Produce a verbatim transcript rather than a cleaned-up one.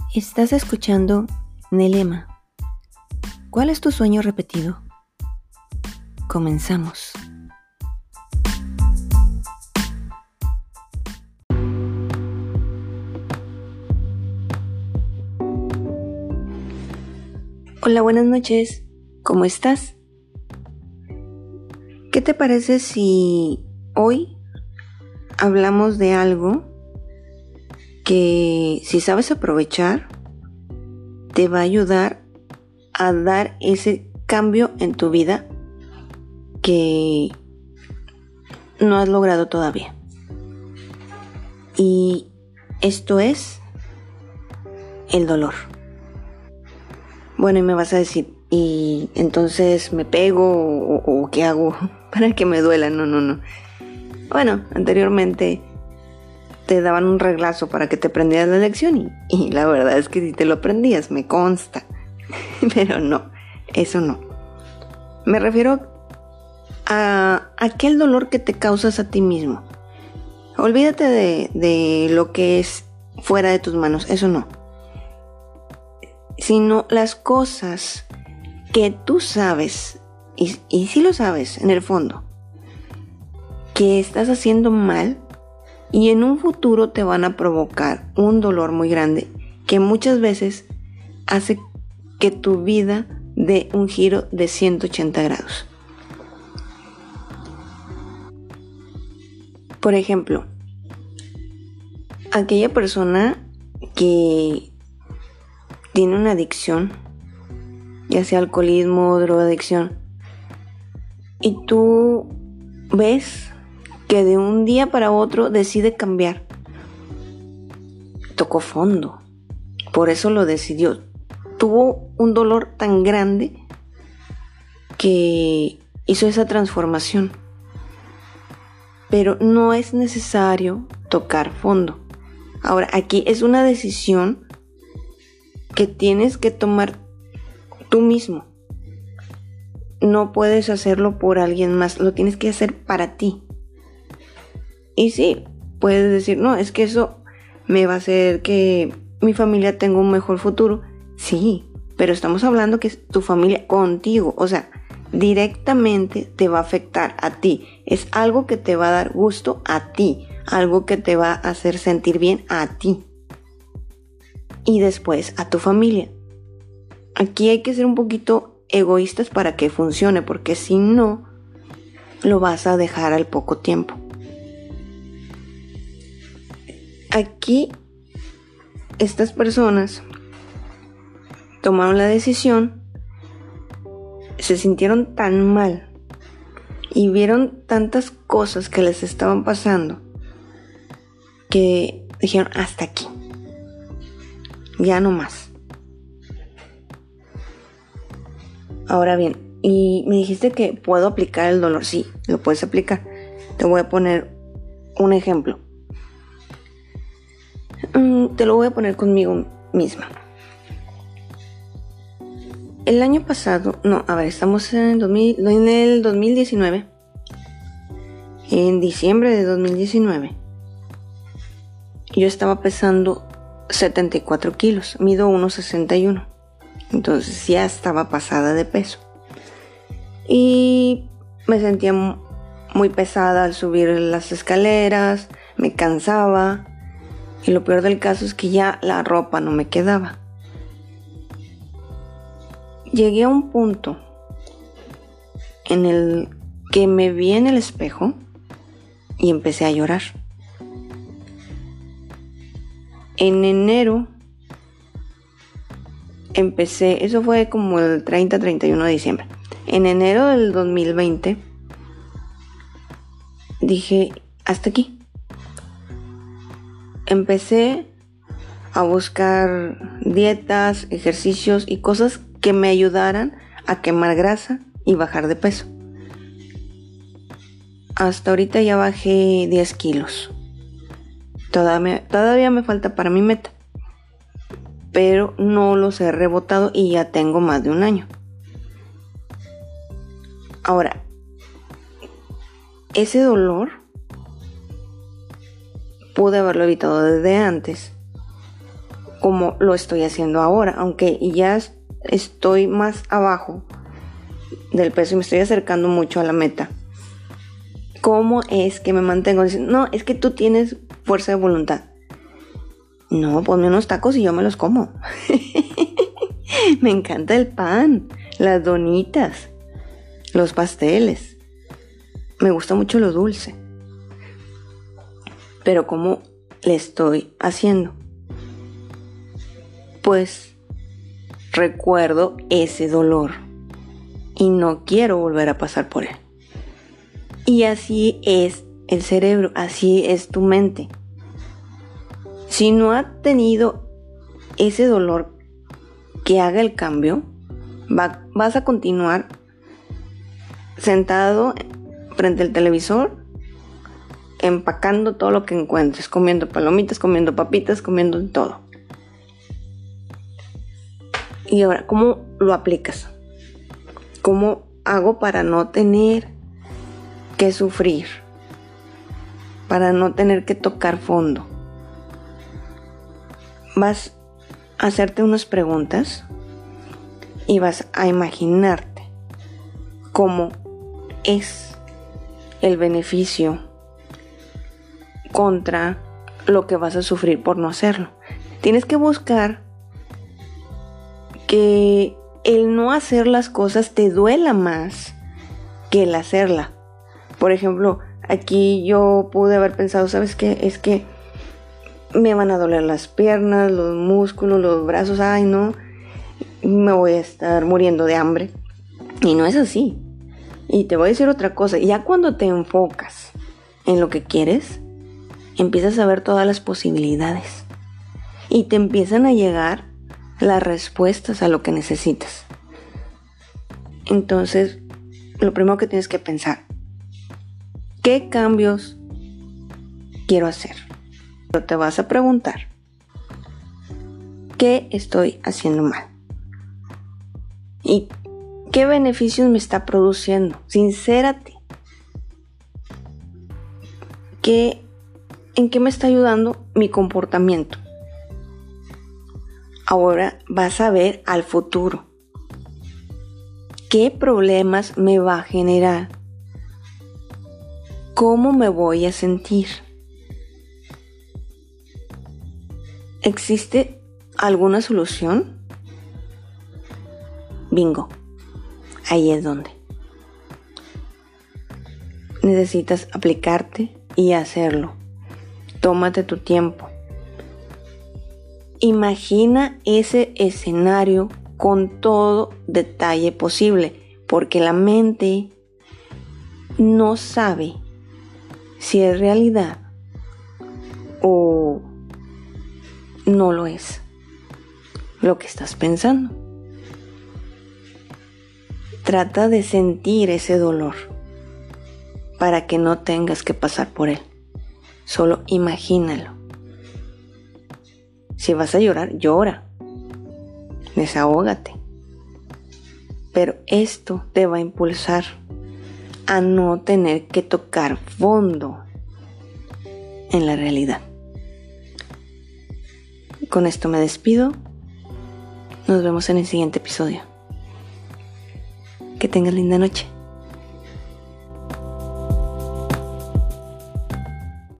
Estás escuchando Nelema. ¿Cuál es tu sueño repetido? Comenzamos. Hola, buenas noches. ¿Cómo estás? ¿Qué te parece si hoy hablamos de algo que, si sabes aprovechar, te va a ayudar a dar ese cambio en tu vida que no has logrado todavía? Y esto es el dolor. Bueno, y me vas a decir, ¿y entonces me pego o, o qué hago para que me duela? No, no, no. Bueno, anteriormente te daban un reglazo para que te aprendieras la lección y, y la verdad es que si te lo aprendías, me consta. Pero no, eso no. Me refiero a aquel dolor que te causas a ti mismo. Olvídate de, de lo que es fuera de tus manos, eso no. Sino las cosas que tú sabes, y, y sí lo sabes en el fondo, que estás haciendo mal y en un futuro te van a provocar un dolor muy grande que muchas veces hace que tu vida dé un giro de ciento ochenta grados. Por ejemplo, aquella persona que tiene una adicción, ya sea alcoholismo o drogadicción, y tú ves que de un día para otro decide cambiar. Tocó fondo, por eso lo decidió. Tuvo un dolor tan grande que hizo esa transformación. Pero no es necesario tocar fondo. Ahora, aquí es una decisión que tienes que tomar tú mismo. No puedes hacerlo por alguien más, lo tienes que hacer para ti. Y sí, puedes decir, no, es que eso me va a hacer que mi familia tenga un mejor futuro. Sí, pero estamos hablando que es tu familia contigo, o sea, directamente te va a afectar a ti. Es algo que te va a dar gusto a ti, algo que te va a hacer sentir bien a ti. Y después a tu familia. Aquí hay que ser un poquito egoístas para que funcione, porque si no, lo vas a dejar al poco tiempo. Aquí, estas personas tomaron la decisión, se sintieron tan mal y vieron tantas cosas que les estaban pasando que dijeron, hasta aquí, ya no más. Ahora bien, y me dijiste que puedo aplicar el dolor. Sí, lo puedes aplicar. Te voy a poner un ejemplo. Te lo voy a poner conmigo misma. El año pasado, no, a ver, estamos en, dos mil, en el dos mil diecinueve. En diciembre de dos mil diecinueve, yo estaba pesando setenta y cuatro kilos, mido uno sesenta y uno. Entonces ya estaba pasada de peso. Y me sentía muy pesada al subir las escaleras, me cansaba. Y lo peor del caso es que ya la ropa no me quedaba. Llegué a un punto en el que me vi en el espejo y empecé a llorar. En enero empecé, eso fue como el treinta a treinta y uno de diciembre. En enero del dos mil veinte dije, hasta aquí. Empecé a buscar dietas, ejercicios y cosas que me ayudaran a quemar grasa y bajar de peso. Hasta ahorita ya bajé diez kilos. Todavía, todavía me falta para mi meta, pero no los he rebotado y ya tengo más de un año. Ahora, ese dolor pude haberlo evitado desde antes, como lo estoy haciendo ahora, aunque ya estoy más abajo del peso y me estoy acercando mucho a la meta. ¿Cómo es que me mantengo? Dicen, no, es que tú tienes fuerza de voluntad. No, ponme unos tacos y yo me los como. Me encanta el pan, las donitas, los pasteles. Me gusta mucho lo dulce. Pero ¿cómo le estoy haciendo? Pues recuerdo ese dolor y no quiero volver a pasar por él. Y así es el cerebro, así es tu mente. Si no ha tenido ese dolor que haga el cambio, va, vas a continuar sentado frente al televisor, empacando todo lo que encuentres, comiendo palomitas, comiendo papitas, comiendo todo. Y ahora, ¿cómo lo aplicas? ¿Cómo hago para no tener que sufrir? Para no tener que tocar fondo. Vas a hacerte unas preguntas y vas a imaginarte cómo es el beneficio contra lo que vas a sufrir por no hacerlo. Tienes que buscar que el no hacer las cosas te duela más que el hacerla. Por ejemplo, aquí yo pude haber pensado, ¿sabes qué? Es que me van a doler las piernas, los músculos, los brazos, ay no, me voy a estar muriendo de hambre. Y no es así. Y te voy a decir otra cosa, ya cuando te enfocas en lo que quieres, empiezas a ver todas las posibilidades y te empiezan a llegar las respuestas a lo que necesitas. Entonces, lo primero que tienes que pensar, ¿qué cambios quiero hacer? Pero te vas a preguntar, ¿qué estoy haciendo mal? ¿Y qué beneficios me está produciendo? Sincérate. ¿Qué, ¿En qué me está ayudando mi comportamiento? Ahora vas a ver al futuro. ¿Qué problemas me va a generar? ¿Cómo me voy a sentir? ¿Existe alguna solución? Bingo. Ahí es donde necesitas aplicarte y hacerlo. Tómate tu tiempo. Imagina ese escenario con todo detalle posible, porque la mente no sabe si es realidad o no lo es lo que estás pensando. Trata de sentir ese dolor para que no tengas que pasar por él. Solo imagínalo. Si vas a llorar, llora. Desahógate. Pero esto te va a impulsar a no tener que tocar fondo en la realidad. Con esto me despido. Nos vemos en el siguiente episodio. Que tengas linda noche.